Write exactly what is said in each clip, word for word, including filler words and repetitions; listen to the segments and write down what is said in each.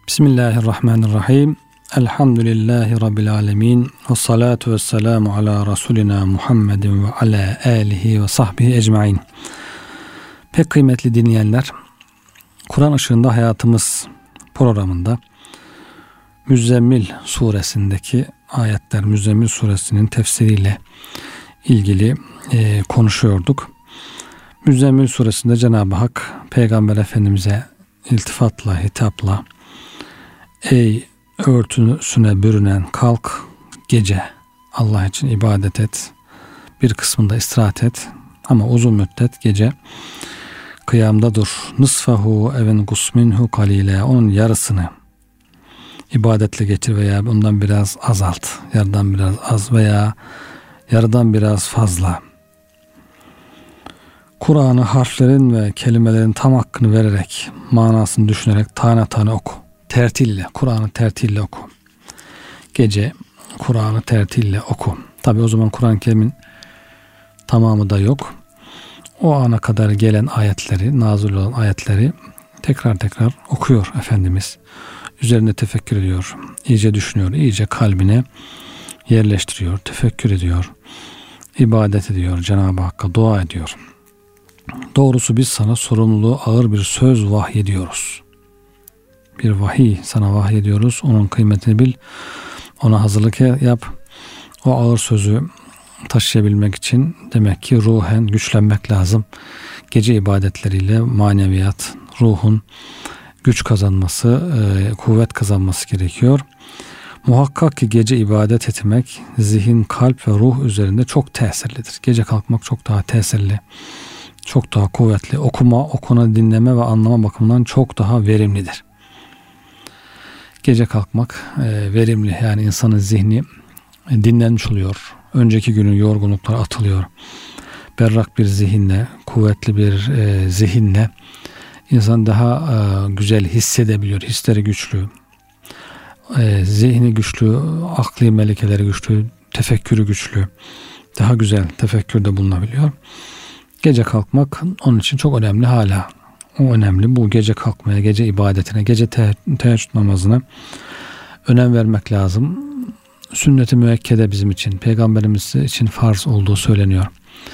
Bismillahirrahmanirrahim. Elhamdülillahi Rabbil alemin. Ve salatu ve selamu ala Resulina Muhammedin ve ala alihi ve sahbihi ecmain. Pek kıymetli dinleyenler, Kur'an ışığında hayatımız programında Müzzemmil suresindeki ayetler, Müzzemmil suresinin tefsiriyle ilgili e, konuşuyorduk. Müzzemmil suresinde Cenab-ı Hak Peygamber Efendimiz'e iltifatla, hitapla, ey örtüsüne bürünen kalk, gece Allah için ibadet et, bir kısmında istirahat et ama uzun müddet gece kıyamda dur. Nısfahu even gusminhu kalile, onun yarısını ibadetle geçir veya ondan biraz azalt, yarıdan biraz az veya yarıdan biraz fazla. Kur'an'ı harflerin ve kelimelerin tam hakkını vererek, manasını düşünerek tane tane oku. Tertille, Kur'an'ı tertille oku. Gece Kur'an'ı tertille oku. Tabi o zaman Kur'an-ı Kerim'in tamamı da yok. O ana kadar gelen ayetleri, nazil olan ayetleri tekrar tekrar okuyor Efendimiz. Üzerine tefekkür ediyor, iyice düşünüyor, iyice kalbine yerleştiriyor, tefekkür ediyor, ibadet ediyor, Cenab-ı Hakk'a dua ediyor. Doğrusu biz sana sorumluluğu ağır bir söz vahyediyoruz. Bir vahiy sana vahyediyoruz. Onun kıymetini bil. Ona hazırlık yap. O ağır sözü taşıyabilmek için demek ki ruhen güçlenmek lazım. Gece ibadetleriyle maneviyat, ruhun güç kazanması, kuvvet kazanması gerekiyor. Muhakkak ki gece ibadet etmek zihin, kalp ve ruh üzerinde çok tesirlidir. Gece kalkmak çok daha tesirli, çok daha kuvvetli. Okuma, okuna, dinleme ve anlama bakımından çok daha verimlidir. Gece kalkmak e, verimli, yani insanın zihni e, dinlenmiş oluyor. Önceki günün yorgunlukları atılıyor. Berrak bir zihinle, kuvvetli bir e, zihinle insan daha e, güzel hissedebiliyor. Hisleri güçlü, e, zihni güçlü, akli melekeleri güçlü, tefekkürü güçlü. Daha güzel tefekkürde bulunabiliyor. Gece kalkmak onun için çok önemli hala. O önemli. Bu gece kalkmaya, gece ibadetine, gece te- teheccüd namazına önem vermek lazım. Sünnet-i müekkede bizim için, Peygamberimiz için farz olduğu söyleniyor.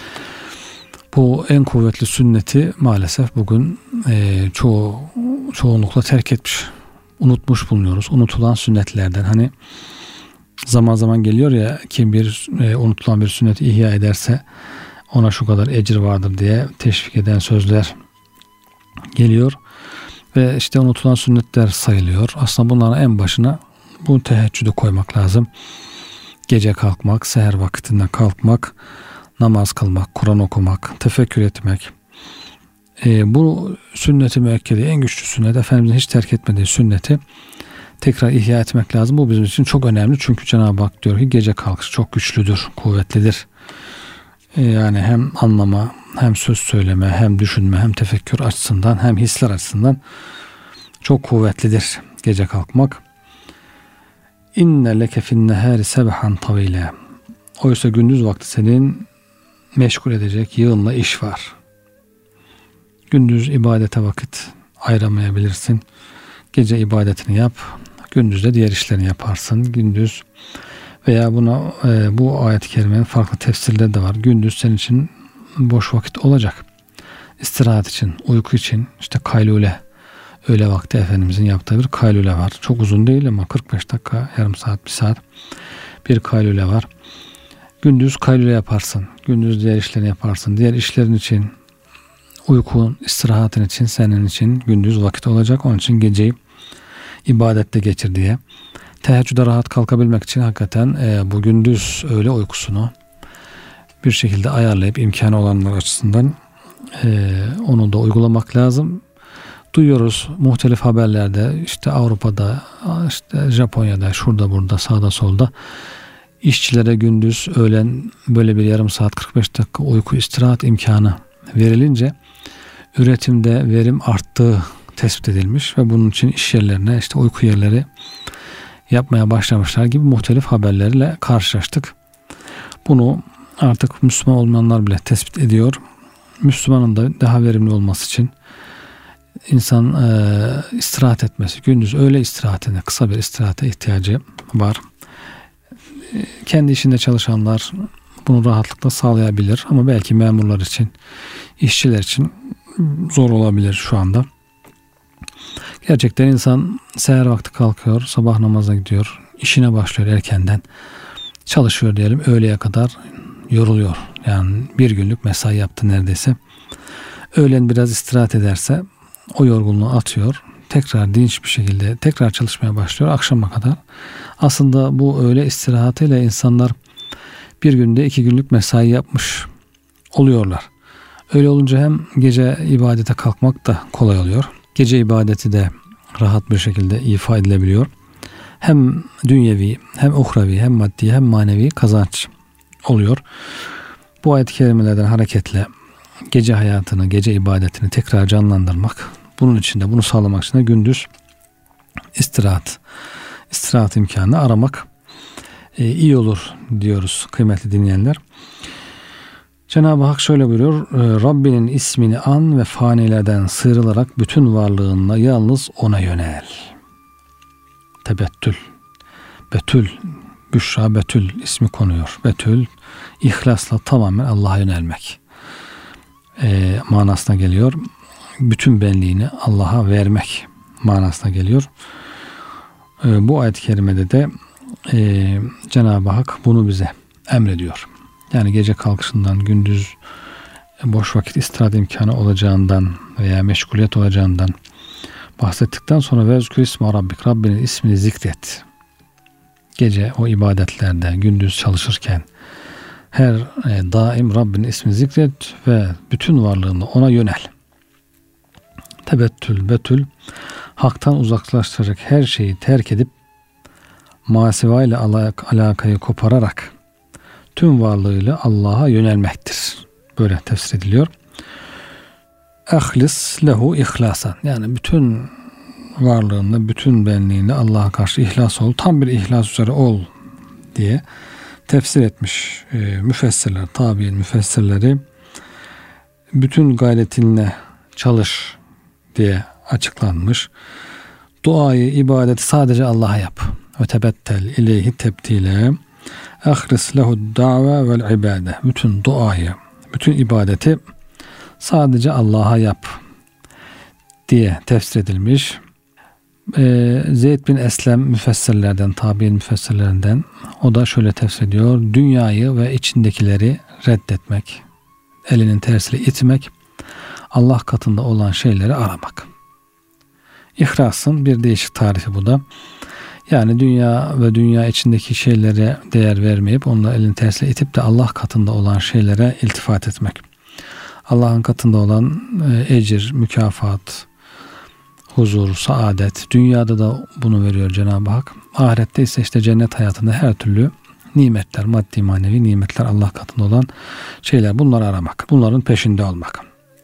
Bu en kuvvetli sünneti maalesef bugün e, çoğu çoğunlukla terk etmiş, unutmuş bulunuyoruz. Unutulan sünnetlerden, hani zaman zaman geliyor ya, kim bir e, unutulan bir sünneti ihya ederse ona şu kadar ecir vardır diye teşvik eden sözler geliyor ve işte unutulan sünnetler sayılıyor. Aslında bunların en başına bu teheccüdü koymak lazım. Gece kalkmak, seher vakitinde kalkmak, namaz kılmak, Kur'an okumak, tefekkür etmek. Ee, bu sünnet-i müekkede, en güçlü sünnet, Efendimizin hiç terk etmediği sünneti tekrar ihya etmek lazım. Bu bizim için çok önemli. Çünkü Cenab-ı Hak diyor ki gece kalkış çok güçlüdür, kuvvetlidir. Ee, yani hem anlama, hem söz söyleme, hem düşünme, hem tefekkür açısından, hem hisler açısından çok kuvvetlidir gece kalkmak. İnne leke fin nehari sebhan tavile. Oysa gündüz vakti senin meşgul edecek yığınla iş var. Gündüz ibadete vakit ayıramayabilirsin. Gece ibadetini yap. Gündüz de diğer işlerini yaparsın. Gündüz veya buna e, bu ayet-i kerimenin farklı tefsirleri de var. Gündüz senin için boş vakit olacak. İstirahat için, uyku için, işte kaylule, öğle vakti Efendimizin yaptığı bir kaylule var. Çok uzun değil ama kırk beş dakika, yarım saat, bir saat bir kaylule var. Gündüz kaylule yaparsın. Gündüz diğer işlerini yaparsın. Diğer işlerin için, uykun, istirahatin için, senin için gündüz vakit olacak. Onun için geceyi ibadette geçir diye. Teheccüde rahat kalkabilmek için hakikaten e, bu gündüz öğle uykusunu bir şekilde ayarlayıp imkanı olanlar açısından e, onu da uygulamak lazım. Duyuyoruz muhtelif haberlerde, işte Avrupa'da, işte Japonya'da, şurada burada, sağda solda işçilere gündüz öğlen böyle bir yarım saat, kırk beş dakika uyku istirahat imkanı verilince üretimde verim arttığı tespit edilmiş ve bunun için iş yerlerine işte uyku yerleri yapmaya başlamışlar gibi muhtelif haberlerle karşılaştık. Bunu artık Müslüman olmayanlar bile tespit ediyor. Müslümanın da daha verimli olması için insan e, istirahat etmesi, gündüz öğle istirahatine, kısa bir istirahate ihtiyacı var. E, kendi işinde çalışanlar bunu rahatlıkla sağlayabilir ama belki memurlar için, işçiler için zor olabilir şu anda. Gerçekten insan seher vakti kalkıyor, sabah namaza gidiyor, işine başlıyor erkenden, çalışıyor diyelim, öğleye kadar yoruluyor. Yani bir günlük mesai yaptı neredeyse. Öğlen biraz istirahat ederse o yorgunluğu atıyor. Tekrar dinç bir şekilde tekrar çalışmaya başlıyor akşama kadar. Aslında bu öğle istirahatıyla insanlar bir günde iki günlük mesai yapmış oluyorlar. Öyle olunca hem gece ibadete kalkmak da kolay oluyor. Gece ibadeti de rahat bir şekilde ifa edilebiliyor. Hem dünyevi, hem uhrevi, hem maddi, hem manevi kazanç oluyor. Bu ayet-i kerimelerden hareketle gece hayatını, gece ibadetini tekrar canlandırmak, bunun için de bunu sağlamak için de gündüz istirahat, istirahat imkanını aramak e, iyi olur diyoruz kıymetli dinleyenler. Cenab-ı Hak şöyle buyuruyor: Rabbinin ismini an ve fanilerden sıyrılarak bütün varlığınla yalnız ona yönel. Tebettül, Betül, Büşra Betül ismi konuyor. Betül, ihlasla tamamen Allah'a yönelmek e, manasına geliyor. Bütün benliğini Allah'a vermek manasına geliyor. E, bu ayet-i kerimede de e, Cenab-ı Hak bunu bize emrediyor. Yani gece kalkışından, gündüz boş vakit istirahat imkanı olacağından veya meşguliyet olacağından bahsettikten sonra vezkür isme rabbik, Rabbinin ismini zikret. Gece o ibadetlerde, gündüz çalışırken her e, daim Rabbinin ismini zikret ve bütün varlığını ona yönel. Tebettül, betül, haktan uzaklaştıracak her şeyi terk edip masiva ile alakayı kopararak tüm varlığıyla Allah'a yönelmektir. Böyle tefsir ediliyor. Ehlis lehu ihlasan, yani bütün varlığında, bütün benliğinde Allah'a karşı ihlas ol, tam bir ihlas üzere ol diye tefsir etmiş e, müfessirler, tabi'in müfessirleri. Bütün gayretinle çalış diye açıklanmış. Duayı, ibadeti sadece Allah'a yap. Ve tebettel ileyhi tebtile. Ahris lehu da've vel ibade. Bütün duayı, bütün ibadeti sadece Allah'a yap diye tefsir edilmiş. Ee, Zeyd bin Eslem müfessirlerden, tabi'in müfessirlerinden, o da şöyle tefsir ediyor: dünyayı ve içindekileri reddetmek, elinin tersiyle itmek, Allah katında olan şeyleri aramak. İhlasın bir değişik tarifi bu da. Yani dünya ve dünya içindeki şeylere değer vermeyip onları elin tersiyle itip de Allah katında olan şeylere iltifat etmek. Allah'ın katında olan ecir, mükafat, huzur, saadet, dünyada da bunu veriyor Cenab-ı Hak. Ahirette ise işte cennet hayatında her türlü nimetler, maddi manevi nimetler, Allah katında olan şeyler, bunları aramak, bunların peşinde olmak.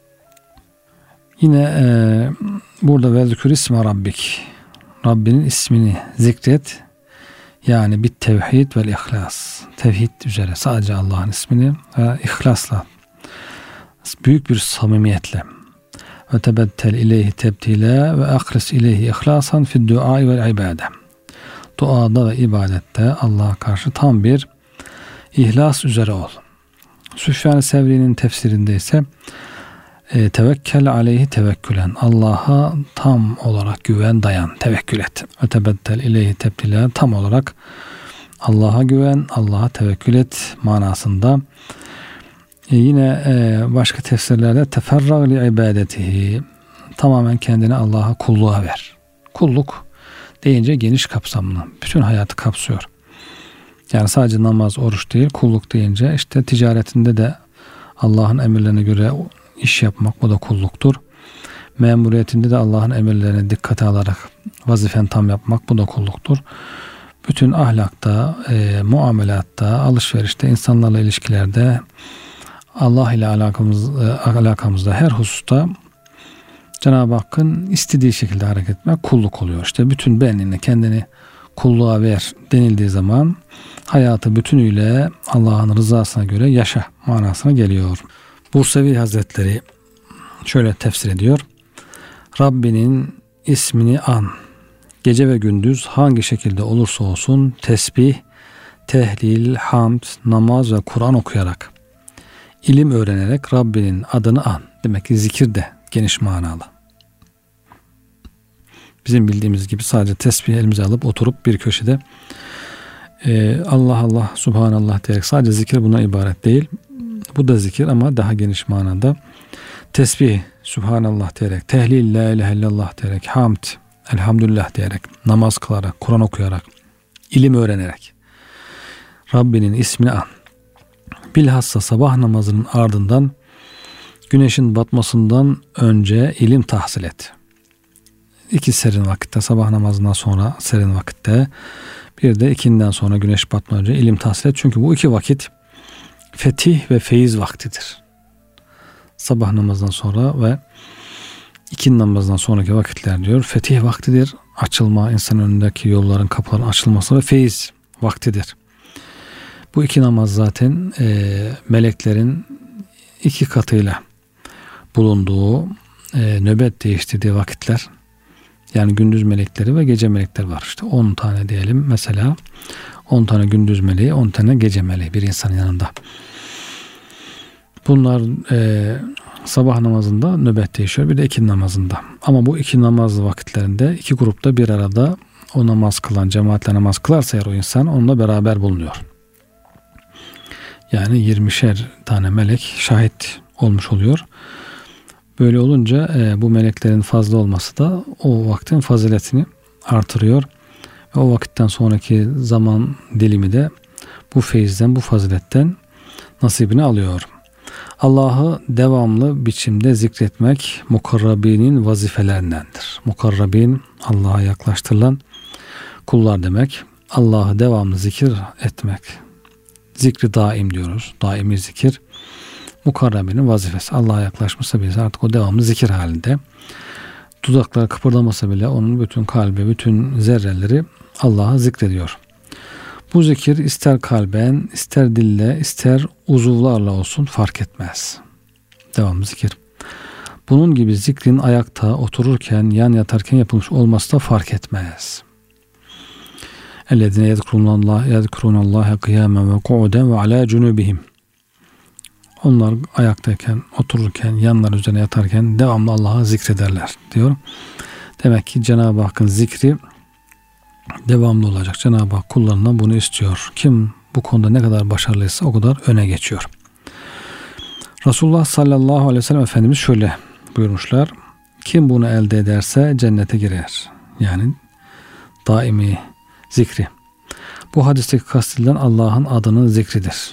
Yine e, burada vezkür isme rabbik, Rabbinin ismini zikret, yani bir tevhid ve ihlas, tevhid üzere sadece Allah'ın ismini ve ihlasla, büyük bir samimiyetle, ve tebettel ileyhi tebtile ve akris ileyhi ihlasan fid duai vel ibade. Duada ve ibadette Allah'a karşı tam bir ihlas üzere ol. Süfyan-ı Sevri'nin tefsirinde ise e, tevekkel aleyhi tevekkülen, Allah'a tam olarak güven, dayan, tevekkül et. Ve tebettel ileyhi tebtile, tam olarak Allah'a güven, Allah'a tevekkül et manasında. E yine e, başka tefsirlerde teferrag li ibadetihi, tamamen kendini Allah'a, kulluğa ver. Kulluk deyince geniş kapsamlı, bütün hayatı kapsıyor. Yani sadece namaz, oruç değil, kulluk deyince işte ticaretinde de Allah'ın emirlerine göre iş yapmak, bu da kulluktur. Memuriyetinde de Allah'ın emirlerine dikkate alarak vazifen tam yapmak, bu da kulluktur. Bütün ahlakta, e, muamelatta, alışverişte, insanlarla ilişkilerde, Allah ile alakamız, alakamızda her hususta Cenab-ı Hakk'ın istediği şekilde hareket etmek kulluk oluyor. İşte bütün benliğine kendini kulluğa ver denildiği zaman hayatı bütünüyle Allah'ın rızasına göre yaşa manasına geliyor. Bursevi Hazretleri şöyle tefsir ediyor: Rabbinin ismini an. Gece ve gündüz hangi şekilde olursa olsun tesbih, tehlil, hamd, namaz ve Kur'an okuyarak, ilim öğrenerek Rabbinin adını an. Demek ki zikir de geniş manalı. Bizim bildiğimiz gibi sadece tesbih elimize alıp oturup bir köşede e, Allah Allah, Subhanallah diyerek sadece zikir buna ibaret değil. Bu da zikir ama daha geniş manada. Tesbih, Subhanallah diyerek, tehlil, la ilahe illallah diyerek, hamd, elhamdülillah diyerek, namaz kılarak, Kur'an okuyarak, ilim öğrenerek Rabbinin ismini an. Bilhassa sabah namazının ardından güneşin batmasından önce ilim tahsil et. İki serin vakitte, sabah namazından sonra serin vakitte, bir de ikinden sonra güneş batmadan önce ilim tahsil et. Çünkü bu iki vakit fetih ve feyiz vaktidir. Sabah namazından sonra ve ikindi namazından sonraki vakitler diyor. Fetih vaktidir. Açılma, insanın önündeki yolların, kapıların açılması ve feyiz vaktidir. Bu iki namaz zaten e, meleklerin iki katıyla bulunduğu, e, nöbet değiştirdiği vakitler. Yani gündüz melekleri ve gece melekleri var. İşte on tane diyelim mesela. on tane gündüz meleği, on tane gece meleği bir insanın yanında. Bunlar e, sabah namazında nöbet değişiyor. Bir de ikindi namazında. Ama bu iki namaz vakitlerinde iki grupta bir arada o namaz kılan, cemaatle namaz kılarsa eğer o insan onunla beraber bulunuyor. Yani yirmişer tane melek şahit olmuş oluyor. Böyle olunca e, bu meleklerin fazla olması da o vaktin faziletini artırıyor. Ve o vakitten sonraki zaman dilimi de bu feyizden, bu faziletten nasibini alıyor. Allah'ı devamlı biçimde zikretmek mukarrabinin vazifelerindendir. Mukarrabin, Allah'a yaklaştırılan kullar demek. Allah'ı devamlı zikir etmek. Zikri daim diyoruz. Daimi zikir. Mukarrabinin vazifesi. Allah'a yaklaşmışsa biz artık o devamlı zikir halinde. Dudakları kıpırdamasa bile onun bütün kalbi, bütün zerreleri Allah'ı zikrediyor. Bu zikir ister kalben, ister dille, ister uzuvlarla olsun fark etmez. Devamlı zikir. Bunun gibi zikrin ayakta, otururken, yan yatarken yapılmış olması da fark etmez. اَلَّذِينَ يَذْكُرُونَ اللّٰهَ قِيَامًا وَقُعُودًا وَعَلَى جُنُوبِهِمْ. Onlar ayaktayken, otururken, yanlar üzerine yatarken devamlı Allah'ı zikrederler diyor. Demek ki Cenab-ı Hakk'ın zikri devamlı olacak. Cenab-ı Hak kullarından bunu istiyor. Kim bu konuda ne kadar başarılıysa o kadar öne geçiyor. Resulullah sallallahu aleyhi ve sellem Efendimiz şöyle buyurmuşlar. Kim bunu elde ederse cennete girer. Yani daimi zikri. Bu hadisteki kastedilen Allah'ın adının zikridir.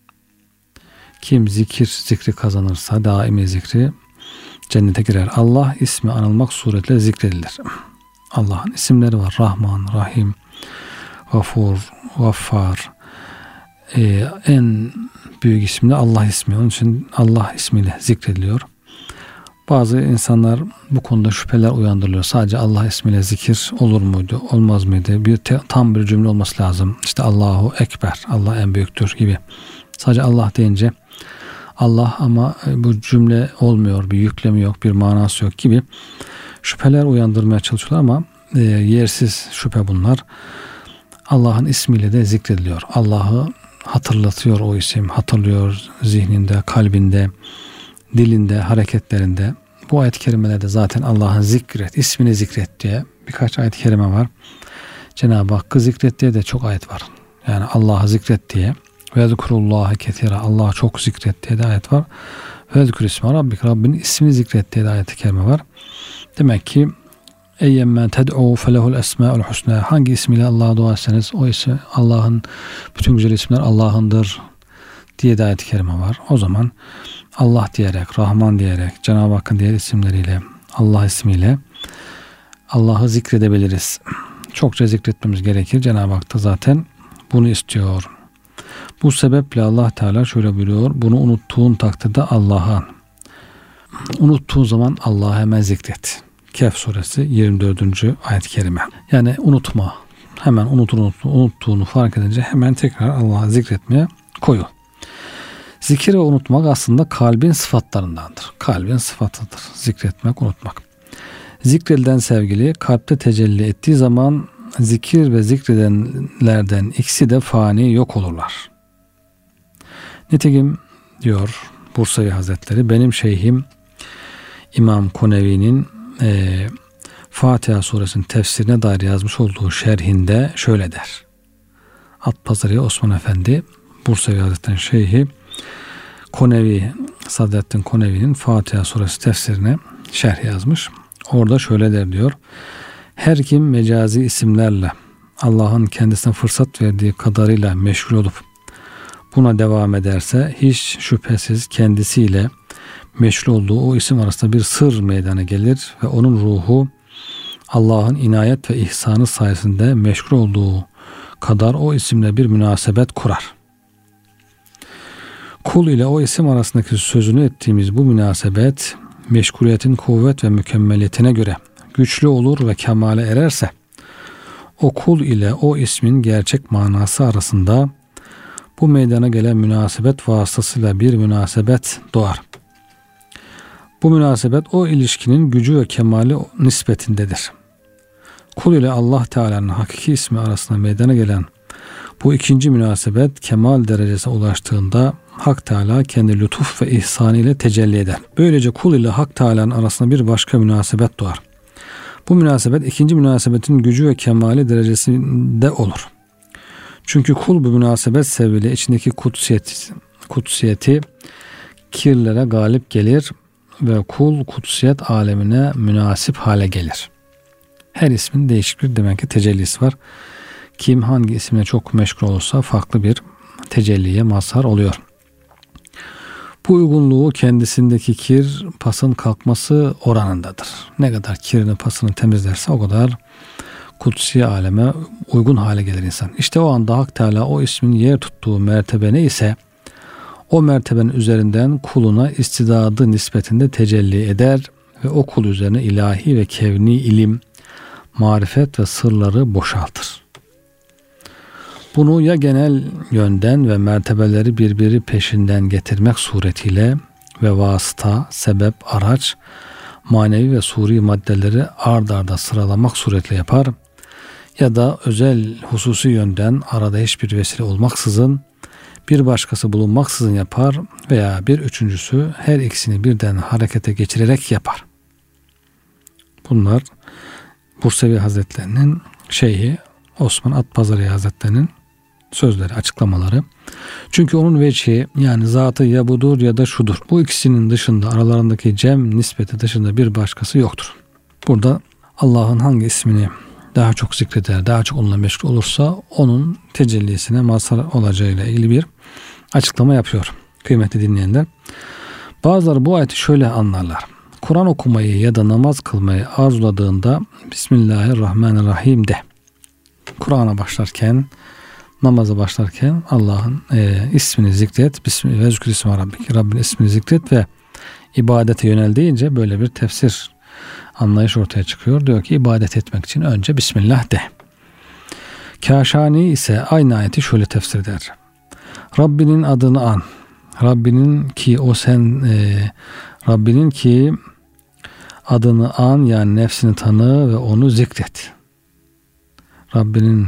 Kim zikir zikri kazanırsa, daimi zikri, cennete girer. Allah ismi anılmak suretle zikredilir. Allah'ın isimleri var. Rahman, Rahim, Gafur, Gaffar. Ee, en büyük ismi de Allah ismi. Onun için Allah ismiyle zikrediliyor. Bazı insanlar bu konuda şüpheler uyandırılıyor. Sadece Allah ismiyle zikir olur muydu, olmaz mıydı? Bir te, tam bir cümle olması lazım. İşte Allahu Ekber, Allah en büyüktür gibi. Sadece Allah deyince Allah ama bu cümle olmuyor, bir yüklemi yok, bir manası yok gibi şüpheler uyandırmaya çalışıyorlar ama e, yersiz şüphe bunlar. Allah'ın ismiyle de zikrediliyor. Allah'ı hatırlatıyor o isim, hatırlıyor zihninde, kalbinde, dilinde, hareketlerinde. Bu ayet-i kerimelerde zaten Allah'ın zikret, ismini zikret diye birkaç ayet-i kerime var. Cenab-ı Hakk'ı zikret diye de çok ayet var. Yani Allah'ı zikret diye. Ve zikrullahi ketira, Allah'ı çok zikret diye de ayet var. Ve zikr ismi rabbik, Rabbinin ismini zikret diye de ayet-i kerime var. Demek ki eyyemme ted'u felehul esmaul husna, hangi ismiyle Allah'a dua etseniz o ise Allah'ın, bütün güzel isimler Allah'ındır diye de ayet-i kerime var. O zaman Allah diyerek, Rahman diyerek, Cenab-ı Hakk'ın diğer isimleriyle, Allah ismiyle Allah'ı zikredebiliriz. Çokça zikretmemiz gerekir. Cenab-ı Hak da zaten bunu istiyor. Bu sebeple Allah Teala şöyle buyuruyor. Bunu unuttuğun takdirde Allah'a, unuttuğun zaman Allah'a hemen zikret. Kehf suresi yirmi dördüncü ayet-i kerime. Yani unutma. Hemen unutur, unutur, unuttuğunu fark edince hemen tekrar Allah'a zikretmeye koyul. Zikir ve unutmak aslında kalbin sıfatlarındandır. Kalbin sıfatıdır. Zikretmek, unutmak. Zikredilen sevgili kalpte tecelli ettiği zaman zikir ve zikredenlerden ikisi de fani yok olurlar. Nitekim diyor Bursevi Hazretleri, benim şeyhim İmam Konevi'nin e, Fatiha suresinin tefsirine dair yazmış olduğu şerhinde şöyle der. Atpazarı Osman Efendi, Bursevi Hazretleri'nin şeyhi Konevi, Sadrettin Konevi'nin Fatiha suresi tefsirine şerh yazmış. Orada şöyle der diyor. Her kim mecazi isimlerle Allah'ın kendisine fırsat verdiği kadarıyla meşgul olup buna devam ederse hiç şüphesiz kendisiyle meşgul olduğu o isim arasında bir sır meydana gelir ve onun ruhu Allah'ın inayet ve ihsanı sayesinde meşgul olduğu kadar o isimle bir münasebet kurar. Kul ile o isim arasındaki sözünü ettiğimiz bu münasebet meşguliyetin kuvvet ve mükemmeliyetine göre güçlü olur ve kemale ererse o kul ile o ismin gerçek manası arasında bu meydana gelen münasebet vasıtasıyla bir münasebet doğar. Bu münasebet o ilişkinin gücü ve kemali nispetindedir. Kul ile Allah Teala'nın hakiki ismi arasında meydana gelen bu ikinci münasebet kemal derecesine ulaştığında Hak Teala kendi lütuf ve ihsanı ile tecelli eder. Böylece kul ile Hak Teala'nın arasında bir başka münasebet doğar. Bu münasebet ikinci münasebetin gücü ve kemali derecesinde olur. Çünkü kul bu münasebet sebebiyle içindeki kutsiyet, kutsiyeti kirlere galip gelir ve kul kutsiyet alemine münasip hale gelir. Her ismin değişik bir demek ki tecellisi var. Kim hangi isimle çok meşgul olursa farklı bir tecelliye mazhar oluyor. Bu uygunluğu kendisindeki kir, pasın kalkması oranındadır. Ne kadar kirini, pasını temizlerse o kadar kutsi aleme uygun hale gelir insan. İşte o anda Hak Teala o ismin yer tuttuğu mertebe ne ise o mertebenin üzerinden kuluna istidadı nispetinde tecelli eder ve o kul üzerine ilahi ve kevni ilim, marifet ve sırları boşaltır. Bunu ya genel yönden ve mertebeleri birbiri peşinden getirmek suretiyle ve vasıta, sebep, araç, manevi ve suri maddeleri ard arda sıralamak suretiyle yapar ya da özel hususi yönden arada hiçbir vesile olmaksızın bir başkası bulunmaksızın yapar veya bir üçüncüsü her ikisini birden harekete geçirerek yapar. Bunlar Bursevi Hazretlerinin şeyhi Osman Atpazarı Hazretlerinin sözleri, açıklamaları. Çünkü onun vecihi yani zatı ya budur ya da şudur. Bu ikisinin dışında aralarındaki cem nispeti dışında bir başkası yoktur. Burada Allah'ın hangi ismini daha çok zikreder, daha çok onunla meşgul olursa onun tecellisine mazhar olacağıyla ilgili bir açıklama yapıyor. Kıymetli dinleyenler. Bazıları bu ayeti şöyle anlarlar. Kur'an okumayı ya da namaz kılmayı arzuladığında Bismillahirrahmanirrahim de. Kur'an'a başlarken, namaza başlarken Allah'ın e, ismini zikret. Bismillah ve zikr ismi Rabbik. Rabbin ismini zikret ve ibadete yönel deyince böyle bir tefsir anlayış ortaya çıkıyor. Diyor ki ibadet etmek için önce Bismillah de. Kâşani ise aynı ayeti şöyle tefsir eder. Rabbinin adını an. Rabbinin ki o sen e, Rabbinin ki adını an yani nefsini tanı ve onu zikret. Rabbinin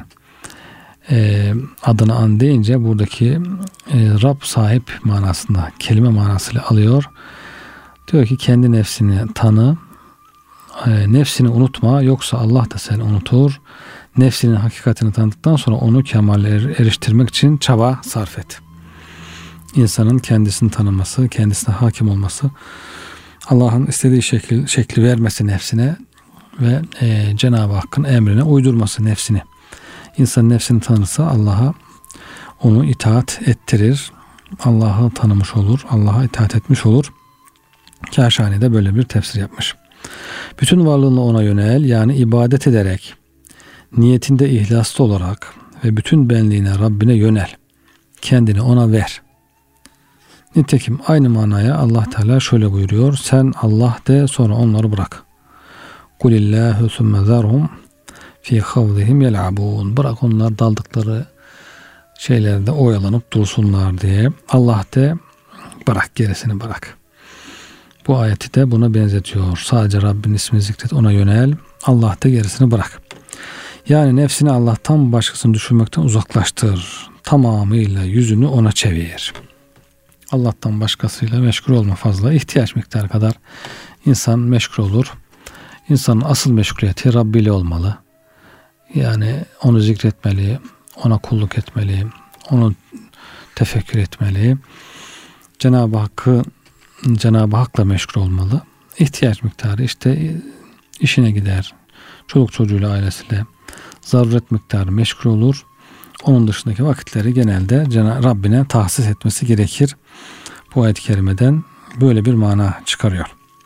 e, adını an deyince buradaki e, Rab sahip manasında kelime manasıyla alıyor. Diyor ki kendi nefsini tanı, e, nefsini unutma yoksa Allah da seni unutur. Nefsinin hakikatini tanıdıktan sonra onu kemale eriştirmek için çaba sarf et. İnsanın kendisini tanıması, kendisine hakim olması, Allah'ın istediği şekil, şekli vermesi nefsine ve e, Cenab-ı Hakk'ın emrine uydurması nefsini. İnsan nefsini tanırsa Allah'a onu itaat ettirir. Allah'ı tanımış olur. Allah'a itaat etmiş olur. Kâşani de böyle bir tefsir yapmış. Bütün varlığını ona yönel yani ibadet ederek niyetinde ihlaslı olarak ve bütün benliğine Rabbine yönel. Kendini ona ver. Nitekim aynı manaya Allah Teala şöyle buyuruyor. Sen Allah de sonra onları bırak. Kulillahu thumme zerhum fi havzihim yel'abun. Bırak onlar daldıkları şeylerde oyalanıp dursunlar diye. Allah de bırak gerisini bırak. Bu ayeti de buna benzetiyor. Sadece Rabbin ismini zikret, ona yönel. Allah da gerisini bırak. Yani nefsini Allah'tan başkasını düşünmekten uzaklaştır. Tamamıyla yüzünü ona çevir. Allah'tan başkasıyla meşgul olma fazla. İhtiyaç miktarı kadar insan meşgul olur. İnsanın asıl meşguliyeti Rabbi ile olmalı. Yani onu zikretmeli, ona kulluk etmeli, onu tefekkür etmeli. Cenab-ı Hakk'ı Cenab-ı Hak'la meşgul olmalı. İhtiyaç miktarı işte işine gider. Çoluk çocuğuyla, ailesiyle zaruret miktarı meşgul olur. Onun dışındaki vakitleri genelde Cenab- Rabbine tahsis etmesi gerekir. Bu ayet-i kerimeden böyle bir mana çıkarıyor.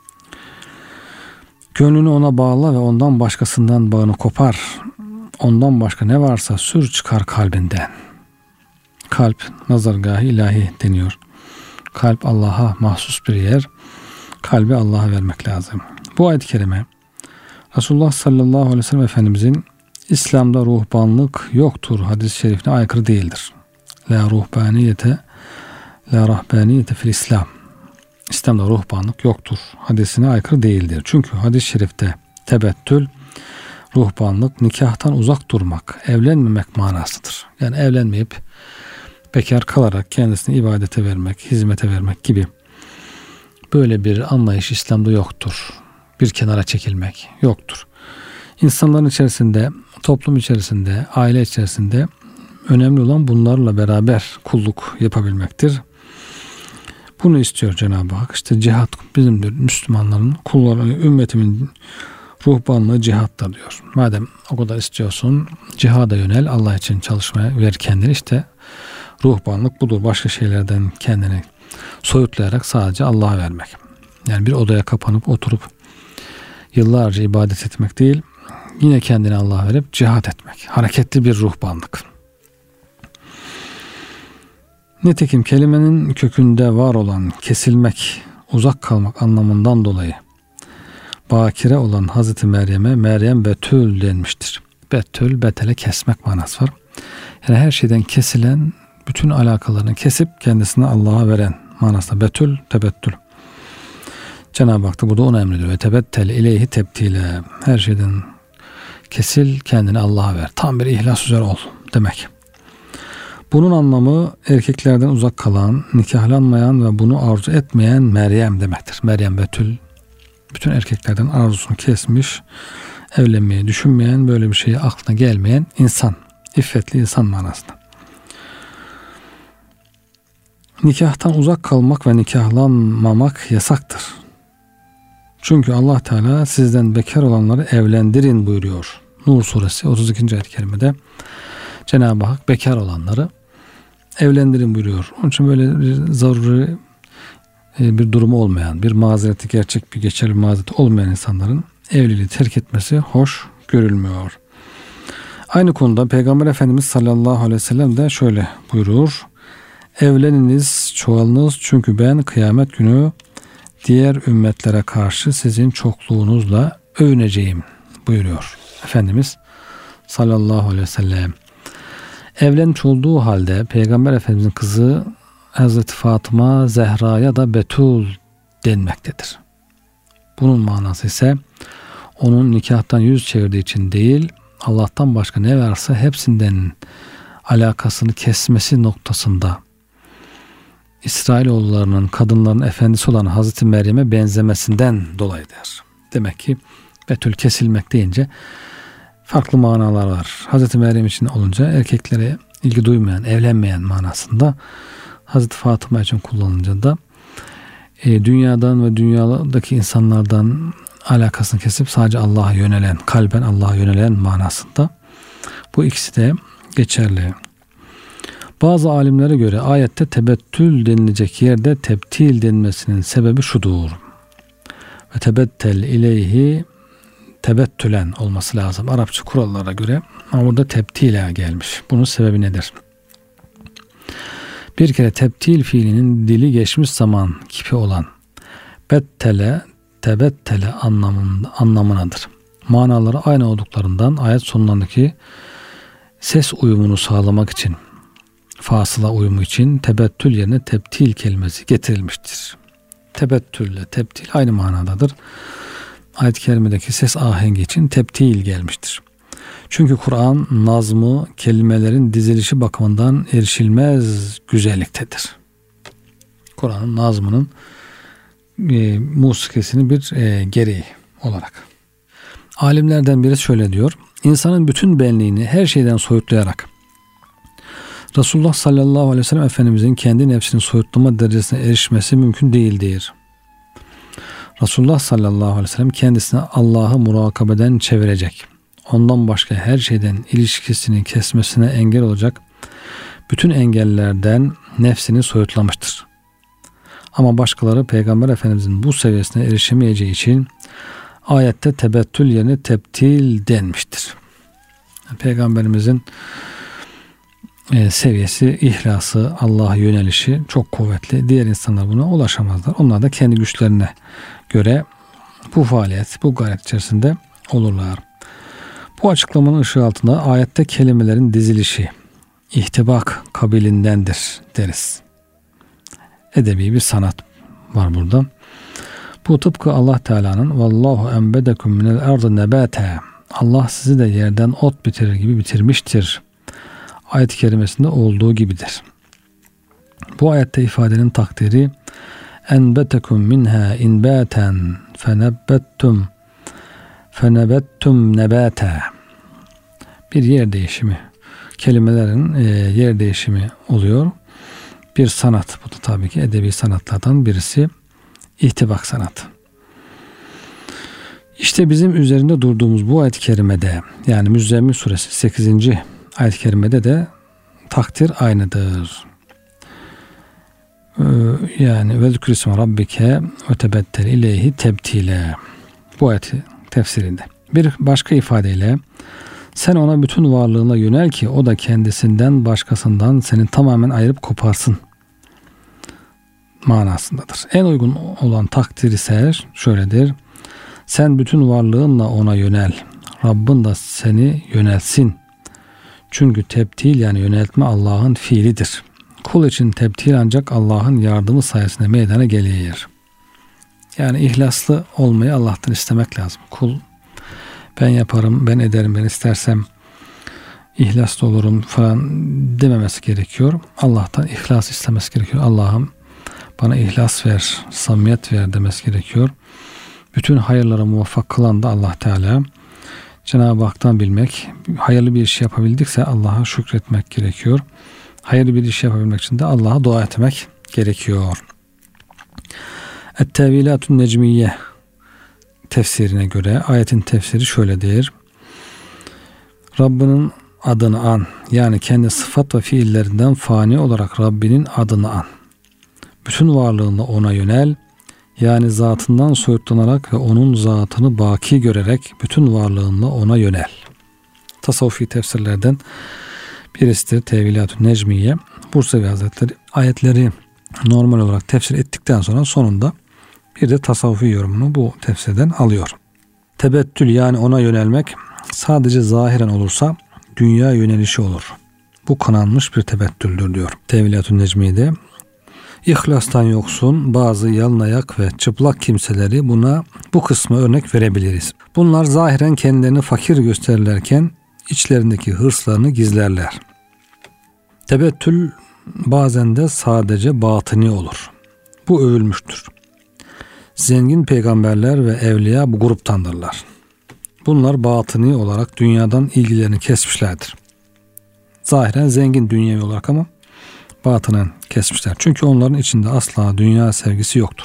Gönlünü ona bağla ve ondan başkasından bağını kopar. Ondan başka ne varsa sür çıkar kalbinden. Kalp nazargâh-ı ilahi deniyor. Kalp Allah'a mahsus bir yer. Kalbi Allah'a vermek lazım. Bu ayet-i kerime Resulullah sallallahu aleyhi ve sellem Efendimizin İslam'da ruhbanlık yoktur hadis-i şerifine aykırı değildir. La ruhbaniyete la rahbaniyete fil İslam. İslam'da ruhbanlık yoktur hadisine aykırı değildir. Çünkü hadis-i şerifte tebettül, ruhbanlık, nikahtan uzak durmak, evlenmemek manasıdır. Yani evlenmeyip bekar kalarak kendisini ibadete vermek, hizmete vermek gibi böyle bir anlayış İslam'da yoktur. Bir kenara çekilmek yoktur. İnsanların içerisinde, toplum içerisinde, aile içerisinde önemli olan bunlarla beraber kulluk yapabilmektir. Bunu istiyor Cenab-ı Hak. İşte cihat bizimdir. Müslümanların, kulların, ümmetimin ruhbanlığı cihattır diyor. Madem o kadar istiyorsun, cihada yönel, Allah için çalışmaya ver kendini. İşte ruhbanlık budur. Başka şeylerden kendini soyutlayarak sadece Allah'a vermek. Yani bir odaya kapanıp oturup yıllarca ibadet etmek değil, yine kendini Allah'a verip cihat etmek. Hareketli bir ruhbanlık. Nitekim kelimenin kökünde var olan kesilmek, uzak kalmak anlamından dolayı bakire olan Hazreti Meryem'e Meryem Betül denmiştir. Betül, betele kesmek manası var. Yani her şeyden kesilen, bütün alakalarını kesip kendisini Allah'a veren manasında betül, tebettül. Cenab-ı Hak da burada onu emrediyor. Ve tebettel ileyhi tebtile. Her şeyden kesil, kendini Allah'a ver. Tam bir ihlas üzere ol demek. Bunun anlamı erkeklerden uzak kalan, nikahlanmayan ve bunu arzu etmeyen Meryem demektir. Meryem Betül bütün erkeklerden arzusunu kesmiş, evlenmeyi düşünmeyen, böyle bir şeye aklına gelmeyen insan, iffetli insan manasında. Nikahtan uzak kalmak ve nikahlanmamak yasaktır. Çünkü Allah Teala sizden bekar olanları evlendirin buyuruyor. Nur suresi otuz ikinci ayet-i kerimede Cenab-ı Hak bekar olanları evlendirin buyuruyor. Onun için böyle bir zaruri bir durumu olmayan, bir mazereti, gerçek bir geçerli mazereti olmayan insanların evliliği terk etmesi hoş görülmüyor. Aynı konuda Peygamber Efendimiz sallallahu aleyhi ve sellem de şöyle buyurur. Evleniniz, çoğalınız çünkü ben kıyamet günü diğer ümmetlere karşı sizin çokluğunuzla övüneceğim buyuruyor Efendimiz sallallahu aleyhi ve sellem. Evlenmiş olduğu halde Peygamber Efendimizin kızı Hazreti Fatıma Zehra'ya da Betül denmektedir. Bunun manası ise onun nikahtan yüz çevirdiği için değil, Allah'tan başka ne varsa hepsinden alakasını kesmesi noktasında İsrailoğullarının kadınların efendisi olan Hazreti Meryem'e benzemesinden dolayıdır. Demek ki Betül kesilmek deyince farklı manalar var. Hazreti Meryem için olunca erkeklere ilgi duymayan, evlenmeyen manasında, Hazreti Fatıma için kullanılınca da e, dünyadan ve dünyadaki insanlardan alakasını kesip sadece Allah'a yönelen, kalben Allah'a yönelen manasında. Bu ikisi de geçerli. Bazı alimlere göre ayette tebettül denilecek yerde tebtil denmesinin sebebi şudur. Ve tebettel ileyhi tebettülen olması lazım Arapça kurallara göre. Ama burada tebtile gelmiş. Bunun sebebi nedir? Bir kere tebtil fiilinin dili geçmiş zaman kipi olan bettele, tebettele anlamında, anlamınadır. Manaları aynı olduklarından ayet sonundaki ses uyumunu sağlamak için, fasıla uyumu için tebettül yerine tebtil kelimesi getirilmiştir. Tebettülle tebtil aynı manadadır. Ayet-i kerimedeki ses ahengi için tebtil gelmiştir. Çünkü Kur'an nazmı, kelimelerin dizilişi bakımından erişilmez güzelliktedir. Kur'an'ın nazmının e, musikisinin bir e, gereği olarak. Alimlerden biri şöyle diyor. İnsanın bütün benliğini her şeyden soyutlayarak Resulullah sallallahu aleyhi ve sellem Efendimizin kendi nefsini soyutlama derecesine erişmesi mümkün değildir. Resulullah sallallahu aleyhi ve sellem kendisine Allah'ı murakabeden çevirecek, ondan başka her şeyden ilişkisini kesmesine engel olacak bütün engellerden nefsini soyutlamıştır. Ama başkaları Peygamber Efendimizin bu seviyesine erişemeyeceği için ayette tebettül yerine tebtil denmiştir. Peygamberimizin e, seviyesi, ihlası, Allah'a yönelişi çok kuvvetli. Diğer insanlar buna ulaşamazlar. Onlar da kendi güçlerine göre bu faaliyet, bu gayret içerisinde olurlar. Bu açıklamanın ışığı altında ayette kelimelerin dizilişi ihtibak kabilindendir deriz. Edebi bir sanat var burada. Bu tıpkı Allah Teala'nın vallahu enbedekum minel ardı nebate, Allah sizi de yerden ot bitirir gibi bitirmiştir ayet-i kerimesinde olduğu gibidir. Bu ayette ifadenin takdiri enbetekum minha inbaten fenebbettum fenebettum nebate, bir yer değişimi, kelimelerin e, yer değişimi oluyor. Bir sanat, bu da tabii ki edebi sanatlardan birisi, ihtibak sanatı. İşte bizim üzerinde durduğumuz bu ayet-i kerimede, yani Müzzemmil suresi sekizinci ayet-i kerimede de takdir aynıdır. Ee, yani ve zikr ismi rabbike ve tebettel ileyhi tebtile, bu ayet tefsirinde. Bir başka ifadeyle sen ona bütün varlığına yönel ki o da kendisinden başkasından seni tamamen ayırıp koparsın manasındadır. En uygun olan takdir ise şöyledir. Sen bütün varlığınla ona yönel. Rabbin da seni yönelsin. Çünkü tebtil yani yöneltme Allah'ın fiilidir. Kul için tebtil ancak Allah'ın yardımı sayesinde meydana gelir. Yani ihlaslı olmayı Allah'tan istemek lazım. Kul ben yaparım, ben ederim, ben istersem ihlaslı olurum falan dememesi gerekiyor. Allah'tan ihlas istemesi gerekiyor. Allah'ım bana ihlas ver, samimiyet ver demesi gerekiyor. Bütün hayırlara muvaffak kılan da Allah Teala. Cenab-ı Hak'tan bilmek, hayırlı bir iş yapabildikse Allah'a şükretmek gerekiyor. Hayırlı bir iş yapabilmek için de Allah'a dua etmek gerekiyor. Et-Tevilatun Necmiye tefsirine göre ayetin tefsiri şöyledir. Rabbinin adını an, yani kendi sıfat ve fiillerinden fani olarak Rabbinin adını an. Bütün varlığında ona yönel, yani zatından soyutlanarak ve onun zatını baki görerek bütün varlığınla ona yönel. Tasavvufi tefsirlerden birisidir Tevilatun Necmiye. Bursevi Hazretleri ayetleri normal olarak tefsir ettikten sonra sonunda bir de tasavvufi yorumunu bu tefsirden alıyor. Tebettül yani ona yönelmek sadece zahiren olursa dünya yönelişi olur. Bu kananmış bir tebettüldür diyor Tevilatun Necmiye'de. İhlastan yoksun bazı yalnayak ve çıplak kimseleri buna bu kısmı örnek verebiliriz. Bunlar zahiren kendilerini fakir gösterirlerken içlerindeki hırslarını gizlerler. Tebettül bazen de sadece batıni olur. Bu övülmüştür. Zengin peygamberler ve evliya bu gruptandırlar. Bunlar batıni olarak dünyadan ilgilerini kesmişlerdir. Zahiren zengin dünyevi olarak ama batınen kesmişler. Çünkü onların içinde asla dünya sevgisi yoktur.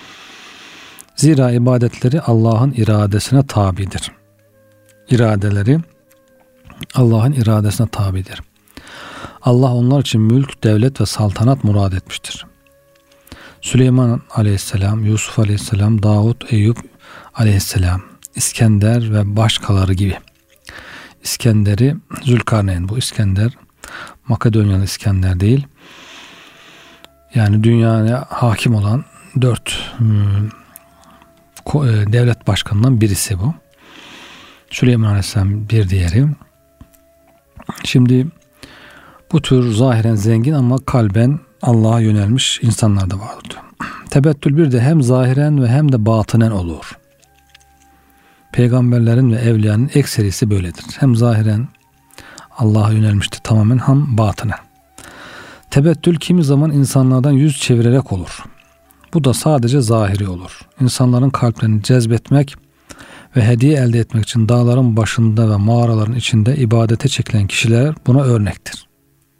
Zira ibadetleri Allah'ın iradesine tabidir. İradeleri Allah'ın iradesine tabidir. Allah onlar için mülk, devlet ve saltanat murad etmiştir. Süleyman aleyhisselam, Yusuf aleyhisselam, Davut, Eyüp aleyhisselam, İskender ve başkaları gibi. İskender'i Zülkarneyn, bu İskender Makedonyalı İskender değil. Yani dünyaya hakim olan dört hmm, devlet başkanından birisi bu. Süleyman aleyhisselam bir diğeri. Şimdi bu tür zahiren zengin ama kalben Allah'a yönelmiş insanlar da vardır diyor. Tebettül bir de hem zahiren ve hem de batınen olur. Peygamberlerin ve evliyanın ekserisi böyledir. Hem zahiren Allah'a yönelmiştir tamamen, hem batınen. Tebettül kimi zaman insanlardan yüz çevirerek olur. Bu da sadece zahiri olur. İnsanların kalplerini cezbetmek ve hediye elde etmek için dağların başında ve mağaraların içinde ibadete çekilen kişiler buna örnektir.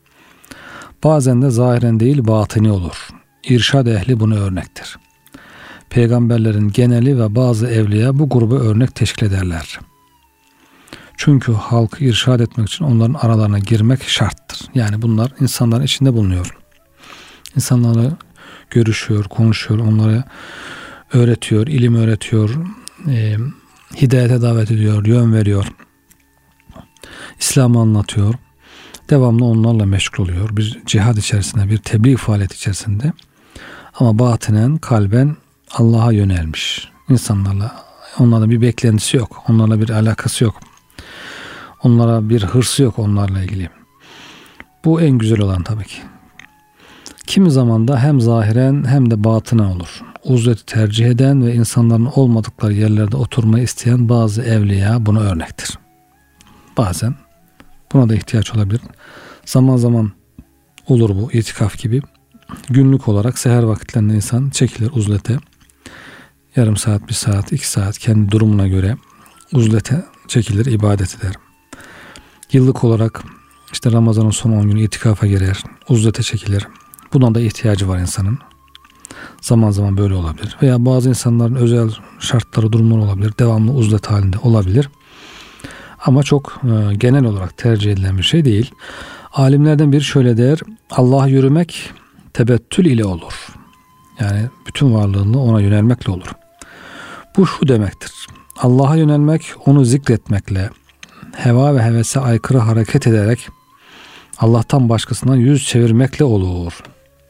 Bazen de zahiren değil batıni olur. İrşad ehli buna örnektir. Peygamberlerin geneli ve bazı evliya bu grubu örnek teşkil ederler. Çünkü halkı irşad etmek için onların aralarına girmek şarttır. Yani bunlar insanların içinde bulunuyor. İnsanlarla görüşüyor, konuşuyor, onlara öğretiyor, ilim öğretiyor, e, hidayete davet ediyor, yön veriyor, İslam'ı anlatıyor. Devamlı onlarla meşgul oluyor. Bir cihad içerisinde, bir tebliğ faaliyeti içerisinde. Ama batinen, kalben Allah'a yönelmiş. İnsanlarla, onlarla bir beklentisi yok. Onlarla bir alakası yok. Onlara bir hırsı yok onlarla ilgili. Bu en güzel olan tabii ki. Kimi zaman da hem zahiren hem de batınen olur. Uzleti tercih eden ve insanların olmadıkları yerlerde oturmayı isteyen bazı evliya buna örnektir. Bazen buna da ihtiyaç olabilir. Zaman zaman olur bu itikaf gibi. Günlük olarak seher vakitlerinde insan çekilir uzlete. Yarım saat, bir saat, iki saat kendi durumuna göre uzlete çekilir, ibadet eder. Yıllık olarak işte Ramazan'ın son on günü itikafa girer, uzlete çekilir. Buna da ihtiyacı var insanın. Zaman zaman böyle olabilir. Veya bazı insanların özel şartları, durumları olabilir. Devamlı uzlet halinde olabilir. Ama çok e, genel olarak tercih edilen bir şey değil. Alimlerden biri şöyle der: Allah'a yürümek tebettül ile olur. Yani bütün varlığını ona yönelmekle olur. Bu şu demektir: Allah'a yönelmek, onu zikretmekle, heva ve hevese aykırı hareket ederek Allah'tan başkasından yüz çevirmekle olur.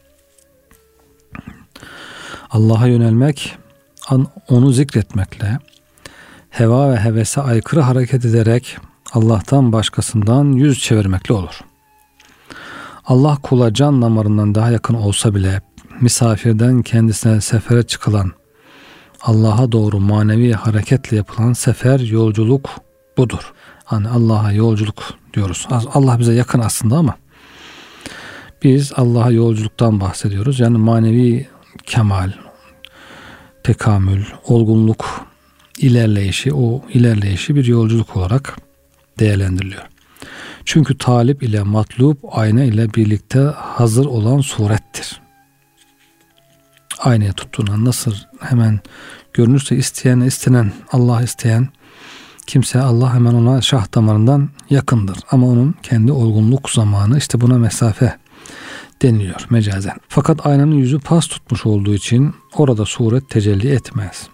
Allah'a yönelmek, onu zikretmekle, heva ve hevese aykırı hareket ederek Allah'tan başkasından yüz çevirmekle olur. Allah kula can damarından daha yakın olsa bile misafirden kendisine sefere çıkılan, Allah'a doğru manevi hareketle yapılan sefer, yolculuk budur. Hani Allah'a yolculuk diyoruz. Allah bize yakın aslında ama biz Allah'a yolculuktan bahsediyoruz. Yani manevi kemal, tekamül, olgunluk, ilerleyişi, o ilerleyişi bir yolculuk olarak değerlendiriliyor. Çünkü talip ile matlup ayna ile birlikte hazır olan surettir. Aynaya tuttuğuna nasıl hemen görünürse isteyen, istenen, Allah isteyen kimse, Allah hemen ona şah damarından yakındır. Ama onun kendi olgunluk zamanı, işte buna mesafe deniliyor mecazen. Fakat aynanın yüzü pas tutmuş olduğu için orada suret tecelli etmez.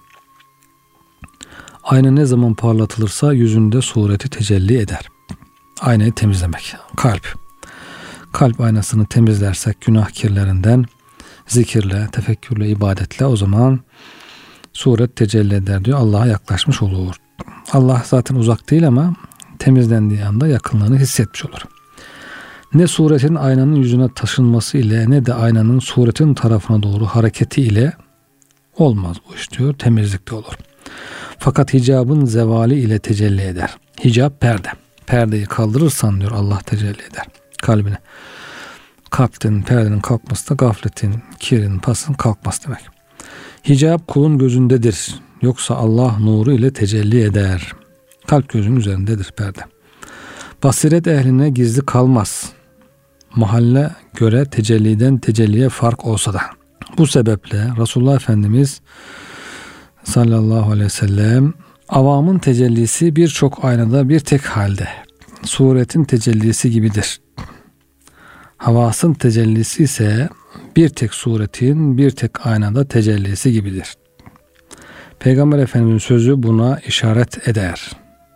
Ayna ne zaman parlatılırsa yüzünde sureti tecelli eder. Aynayı temizlemek, kalp. Kalp aynasını temizlersek günah kirlerinden zikirle, tefekkürle, ibadetle, o zaman suret tecelli eder diyor. Allah'a yaklaşmış olur. Allah zaten uzak değil ama temizlendiği anda yakınlığını hissetmiş olur. Ne suretin aynanın yüzüne taşınması ile ne de aynanın suretin tarafına doğru hareketi ile olmaz bu iş diyor. Temizlikte olur. Fakat hicabın zevali ile tecelli eder. Hicab perde. Perdeyi kaldırırsan diyor Allah tecelli eder kalbine. Kalpten perdenin kalkması da gafletin, kirin, pasın kalkması demek. Hicab kulun gözündedir. Yoksa Allah nuru ile tecelli eder. Kalp gözünün üzerindedir perde. Basiret ehline gizli kalmaz. Mahalle göre tecelliden tecelliye fark olsa da. Bu sebeple Resulullah Efendimiz sallallahu aleyhi ve sellem avamın tecellisi birçok aynada bir tek halde suretin tecellisi gibidir. Havasın tecellisi ise bir tek suretin bir tek aynada tecellisi gibidir. Peygamber Efendimiz'in sözü buna işaret eder.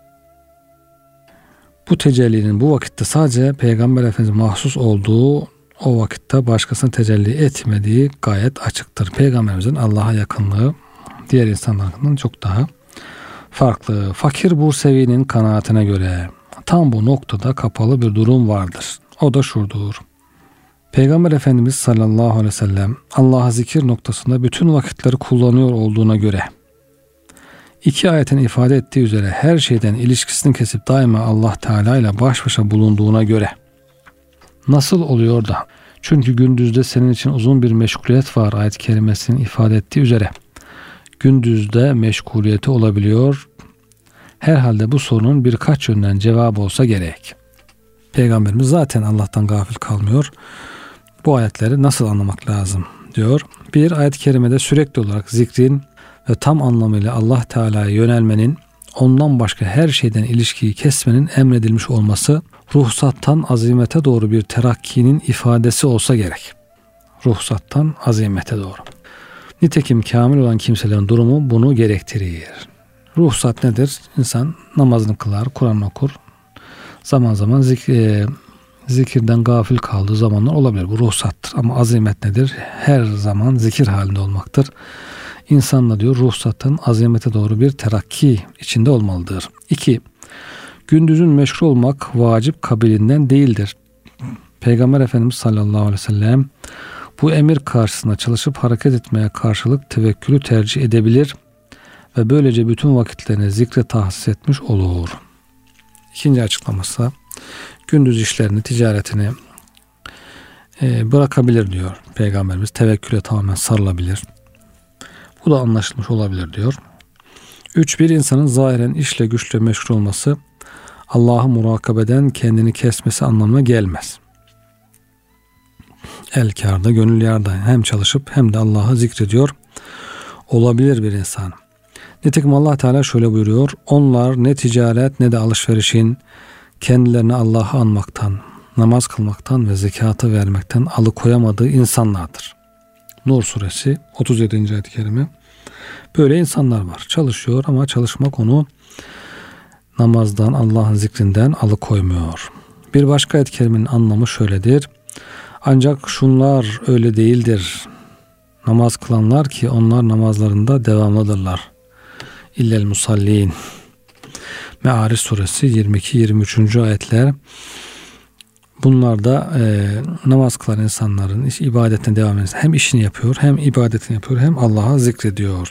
Bu tecellinin bu vakitte sadece Peygamber Efendimiz'e mahsus olduğu, o vakitte başkasına tecelli etmediği gayet açıktır. Peygamberimizin Allah'a yakınlığı diğer insanlardan çok daha farklı. Fakir Bursevi'nin kanaatine göre tam bu noktada kapalı bir durum vardır. O da şudur: Peygamber Efendimiz sallallahu aleyhi ve sellem Allah'a zikir noktasında bütün vakitleri kullanıyor olduğuna göre, iki ayetin ifade ettiği üzere her şeyden ilişkisini kesip daima Allah Teala ile baş başa bulunduğuna göre nasıl oluyor da? Çünkü gündüzde senin için uzun bir meşguliyet var ayet-i kerimesinin ifade ettiği üzere. Gündüzde meşguliyeti olabiliyor. Herhalde bu sorunun birkaç yönden cevabı olsa gerek. Peygamberimiz zaten Allah'tan gafil kalmıyor. Bu ayetleri nasıl anlamak lazım diyor. Bir, ayet-i kerimede sürekli olarak zikrin ve tam anlamıyla Allah Teala'ya yönelmenin, ondan başka her şeyden ilişkiyi kesmenin emredilmiş olması ruhsattan azimete doğru bir terakkinin ifadesi olsa gerek. Ruhsattan azimete doğru. Nitekim kamil olan kimselerin durumu bunu gerektirir. Ruhsat nedir? İnsan namazını kılar, Kur'an okur. Zaman zaman zikir, zikirden gafil kaldığı zamanlar olabilir. Bu ruhsattır. Ama azimet nedir? Her zaman zikir halinde olmaktır. İnsan da diyor ruhsatın azimete doğru bir terakki içinde olmalıdır. İki, gündüzün meşgul olmak vacip kabilinden değildir. Peygamber Efendimiz sallallahu aleyhi ve sellem bu emir karşısında çalışıp hareket etmeye karşılık tevekkülü tercih edebilir ve böylece bütün vakitlerini zikre tahsis etmiş olur. İkinci açıklaması, gündüz işlerini, ticaretini e, bırakabilir diyor Peygamberimiz. Tevekküle tamamen sarılabilir. Bu da anlaşılmış olabilir diyor. Üç, bir insanın zahiren işle güçle meşgul olması Allah'ı murakabeden kendini kesmesi anlamına gelmez. El kârda, gönül yârda hem çalışıp hem de Allah'ı zikrediyor olabilir bir insan. Nitekim Allah Teala şöyle buyuruyor. Onlar ne ticaret ne de alışverişin kendilerini Allah'ı anmaktan, namaz kılmaktan ve zekatı vermekten alıkoyamadığı insanlardır. Nur suresi otuz yedinci ayet-i kerime. Böyle insanlar var. Çalışıyor ama çalışmak onu namazdan, Allah'ın zikrinden alıkoymuyor. Bir başka ayet-i kerimenin anlamı şöyledir. Ancak şunlar öyle değildir. Namaz kılanlar ki onlar namazlarında devamlıdırlar. İllel musallin. Me'ariç suresi yirmi iki yirmi üç. ayetler. Bunlar da e, namaz kılan insanların iş, ibadetine devam ediyor. Hem işini yapıyor, hem ibadetini yapıyor, hem Allah'a zikrediyor.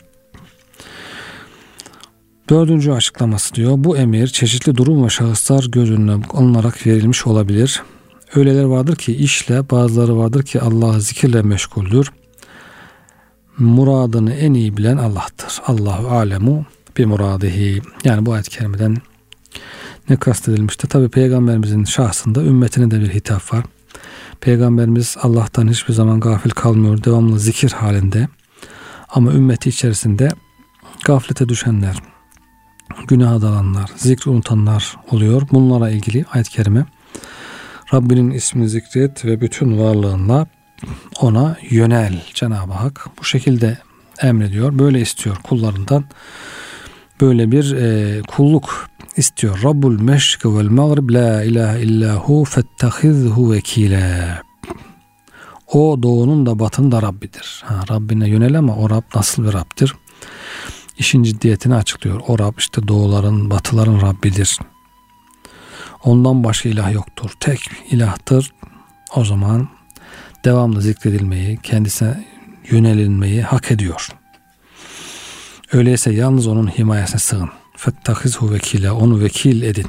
Dördüncü açıklaması diyor. Bu emir çeşitli durum ve şahıslar göz önüne alınarak verilmiş olabilir. Öyleler vardır ki işle, bazıları vardır ki Allah'ı zikirle meşguldür. Muradını en iyi bilen Allah'tır. Allahu alemu bi muradihi. Yani bu ayet-i kerimeden ne kastedilmişti? Tabi Peygamberimizin şahsında ümmetine de bir hitap var. Peygamberimiz Allah'tan hiçbir zaman gafil kalmıyor. Devamlı zikir halinde. Ama ümmeti içerisinde gaflete düşenler, günaha dalanlar, zikri unutanlar oluyor. Bunlara ilgili ayet-i kerime Rabbinin ismini zikret ve bütün varlığınla ona yönel. Cenab-ı Hak bu şekilde emrediyor. Böyle istiyor kullarından. Böyle bir e, kulluk istiyor. Rabbul meşriki vel mağrib la ilahe illahu fettehizhu vekile. O doğunun da batının da Rabbidir. Ha, Rabbine yönel ama o Rab nasıl bir Rab'dir? İşin ciddiyetini açıklıyor. O Rab işte doğuların, batıların Rabbidir. Ondan başka ilah yoktur. Tek ilahtır. O zaman devamlı zikredilmeyi, kendisine yönelilmeyi hak ediyor. Öyleyse yalnız onun himayesine sığın. Fettehizhu vekile. Onu vekil edin.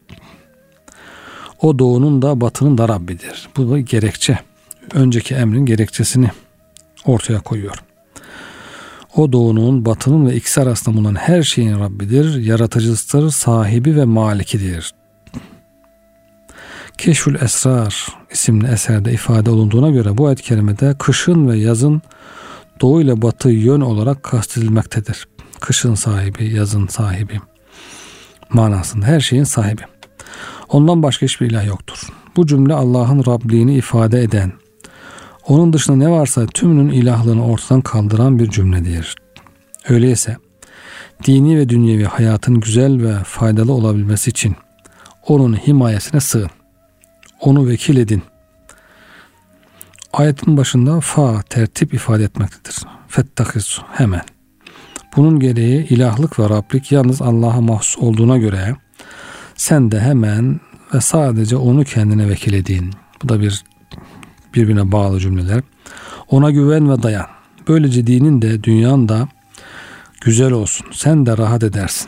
O doğunun da batının da Rabbidir. Bu da gerekçe. Önceki emrin gerekçesini ortaya koyuyor. O doğunun, batının ve ikisi arasında bulunan her şeyin Rabbidir. Yaratıcısıdır, sahibi ve malikidir. Keşfül Esrar isimli eserde ifade olunduğuna göre bu ayet-i kerimede kışın ve yazın doğu ile batı yön olarak kastedilmektedir. Kışın sahibi, yazın sahibi manasında her şeyin sahibi. Ondan başka hiçbir ilah yoktur. Bu cümle Allah'ın Rabliğini ifade eden, onun dışında ne varsa tümünün ilahlığını ortadan kaldıran bir cümledir. Öyleyse dini ve dünyevi hayatın güzel ve faydalı olabilmesi için onun himayesine sığın. Onu vekil edin. Ayetin başında fa tertip ifade etmektedir. Fettahiz hemen. Bunun gereği ilahlık ve Rablik yalnız Allah'a mahsus olduğuna göre sen de hemen ve sadece onu kendine vekil edin. Bu da bir birbirine bağlı cümleler. Ona güven ve dayan. Böylece dinin de dünyan da güzel olsun. Sen de rahat edersin.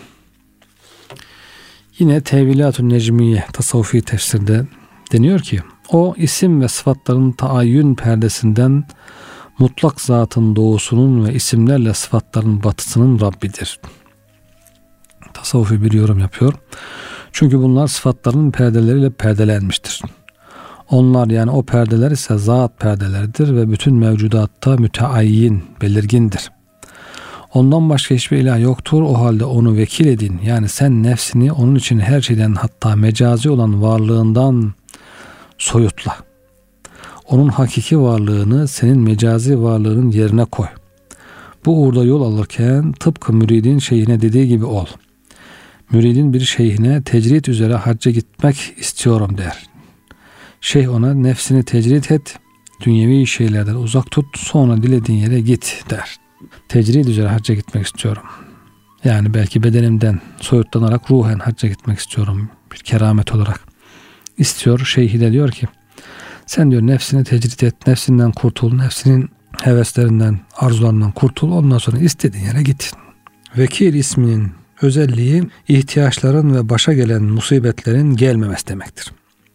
Yine Tevilat-ı Necmiye tasavvufi tefsirde deniyor ki o isim ve sıfatların taayyün perdesinden mutlak zatın doğusunun ve isimlerle sıfatların batısının Rabbidir. Tasavvufi bir yorum yapıyor. Çünkü bunlar sıfatların perdeleriyle perdelenmiştir. Onlar yani o perdeler ise zat perdeleridir ve bütün mevcudatta müteayyin, belirgindir. Ondan başka hiçbir ilah yoktur. O halde onu vekil edin. Yani sen nefsini onun için her şeyden hatta mecazi olan varlığından soyutla. Onun hakiki varlığını senin mecazi varlığının yerine koy. Bu uğurda yol alırken tıpkı müridin şeyhine dediği gibi ol. Müridin bir şeyhine tecrit üzere hacca gitmek istiyorum der. Şeyh ona nefsini tecrit et, dünyevi şeylerden uzak tut, sonra dilediğin yere git der. Tecrid üzere hacca gitmek istiyorum. Yani belki bedenimden soyutlanarak ruhen hacca gitmek istiyorum. Bir keramet olarak istiyor. Şeyhi de diyor ki sen diyor nefsini tecrit et, nefsinden kurtul, nefsinin heveslerinden, arzularından kurtul, ondan sonra istediğin yere git. Vekil isminin özelliği ihtiyaçların ve başa gelen musibetlerin gelmemesi demektir.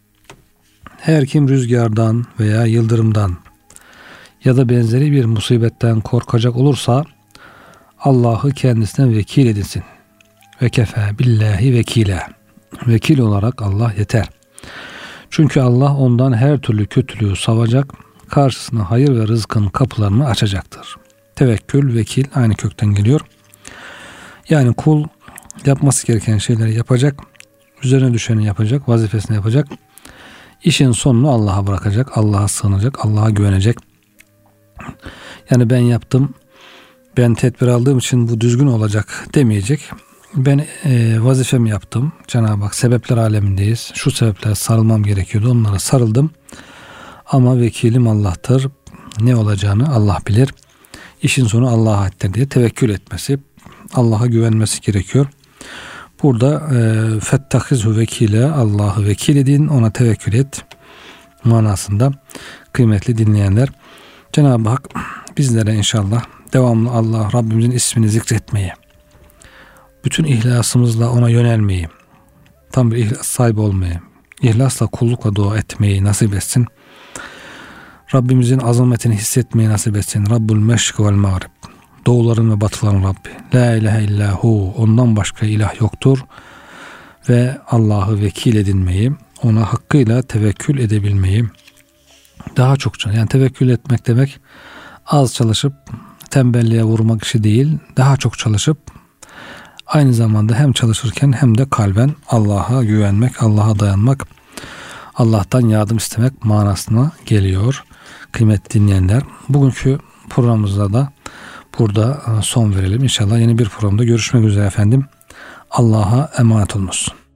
Her kim rüzgardan veya yıldırımdan ya da benzeri bir musibetten korkacak olursa Allah'ı kendisine vekil edinsin. Ve kefe billahi vekile. Vekil olarak Allah yeter. Çünkü Allah ondan her türlü kötülüğü savacak, karşısına hayır ve rızkın kapılarını açacaktır. Tevekkül, vekil aynı kökten geliyor. Yani kul yapması gereken şeyleri yapacak, üzerine düşeni yapacak, vazifesini yapacak. İşin sonunu Allah'a bırakacak, Allah'a sığınacak, Allah'a güvenecek. Yani ben yaptım, ben tedbir aldığım için bu düzgün olacak demeyecek. Ben e, vazifemi yaptım. Cenab-ı Hak sebepler alemindeyiz. Şu sebepler sarılmam gerekiyordu. Onlara sarıldım. Ama vekilim Allah'tır. Ne olacağını Allah bilir. İşin sonu Allah'a aittir diye tevekkül etmesi, Allah'a güvenmesi gerekiyor. Burada e, fettahizhu vekile, Allah'ı vekil edin, ona tevekkül et manasında kıymetli dinleyenler. Cenab-ı Hak bizlere inşallah devamlı Allah Rabbimizin ismini zikretmeyi, bütün ihlasımızla ona yönelmeyi, tam bir ihlas sahibi olmayı, ihlasla kullukla dua etmeyi nasip etsin. Rabbimizin azametini hissetmeyi nasip etsin. Rabbul meşrik vel mağrib. Doğuların ve batıların Rabbi. La ilahe illahu. Ondan başka ilah yoktur. Ve Allah'ı vekil edinmeyi, ona hakkıyla tevekkül edebilmeyi daha çokça. Yani tevekkül etmek demek az çalışıp tembelliğe vurmak işi değil. Daha çok çalışıp aynı zamanda hem çalışırken hem de kalben Allah'a güvenmek, Allah'a dayanmak, Allah'tan yardım istemek manasına geliyor. Kıymetli dinleyenler, bugünkü programımızda da burada son verelim. İnşallah yeni bir programda görüşmek üzere efendim. Allah'a emanet olunuz.